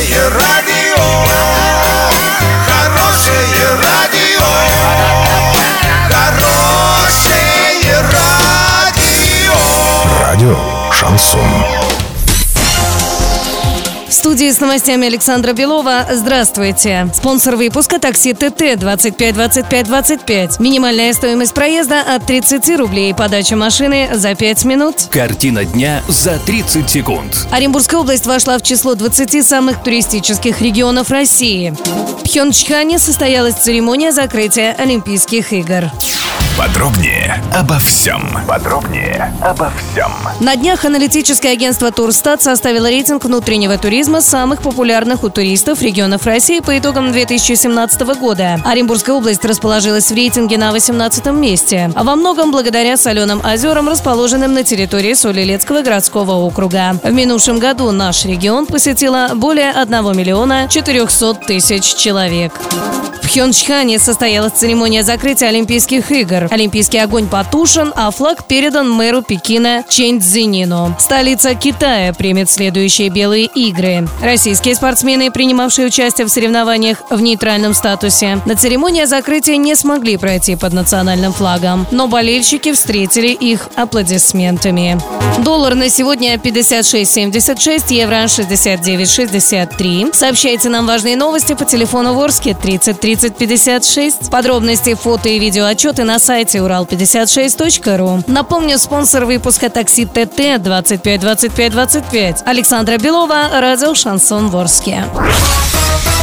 Хорошее радио, хорошее радио, хорошее радио. Радио Шансон. В студии с новостями Александра Белова. Здравствуйте. Спонсор выпуска — такси ТТ 25 25 25. Минимальная стоимость проезда от 30 рублей. Подача машины за 5 минут. Картина дня за 30 секунд. Оренбургская область вошла в число 20 самых туристических регионов России. В Пхенчхане состоялась церемония закрытия Олимпийских игр. Подробнее обо всем. На днях аналитическое агентство Турстат составило рейтинг внутреннего туризма самых популярных у туристов регионов России по итогам 2017 года. Оренбургская область расположилась в рейтинге на 18-м месте. А во многом благодаря соленым озерам, расположенным на территории Соль-Илецкого городского округа. В минувшем году наш регион посетило более 1 миллиона 400 тысяч человек. В Пхенчхане состоялась церемония закрытия Олимпийских игр. Олимпийский огонь потушен, а флаг передан мэру Пекина Чэнь Цзинину. Столица Китая примет следующие белые игры. Российские спортсмены, принимавшие участие в соревнованиях в нейтральном статусе, на церемонии закрытия не смогли пройти под национальным флагом, но болельщики встретили их аплодисментами. Доллар на сегодня 56.76, евро 69.63. Сообщайте нам важные новости по телефону Ворске 30 30 56. Подробности, фото и видеоотчеты на сайте урал56.ру. Напомню, спонсор выпуска такси ТТ 25 25 25. Александра Белова, радио Шансон Ворске.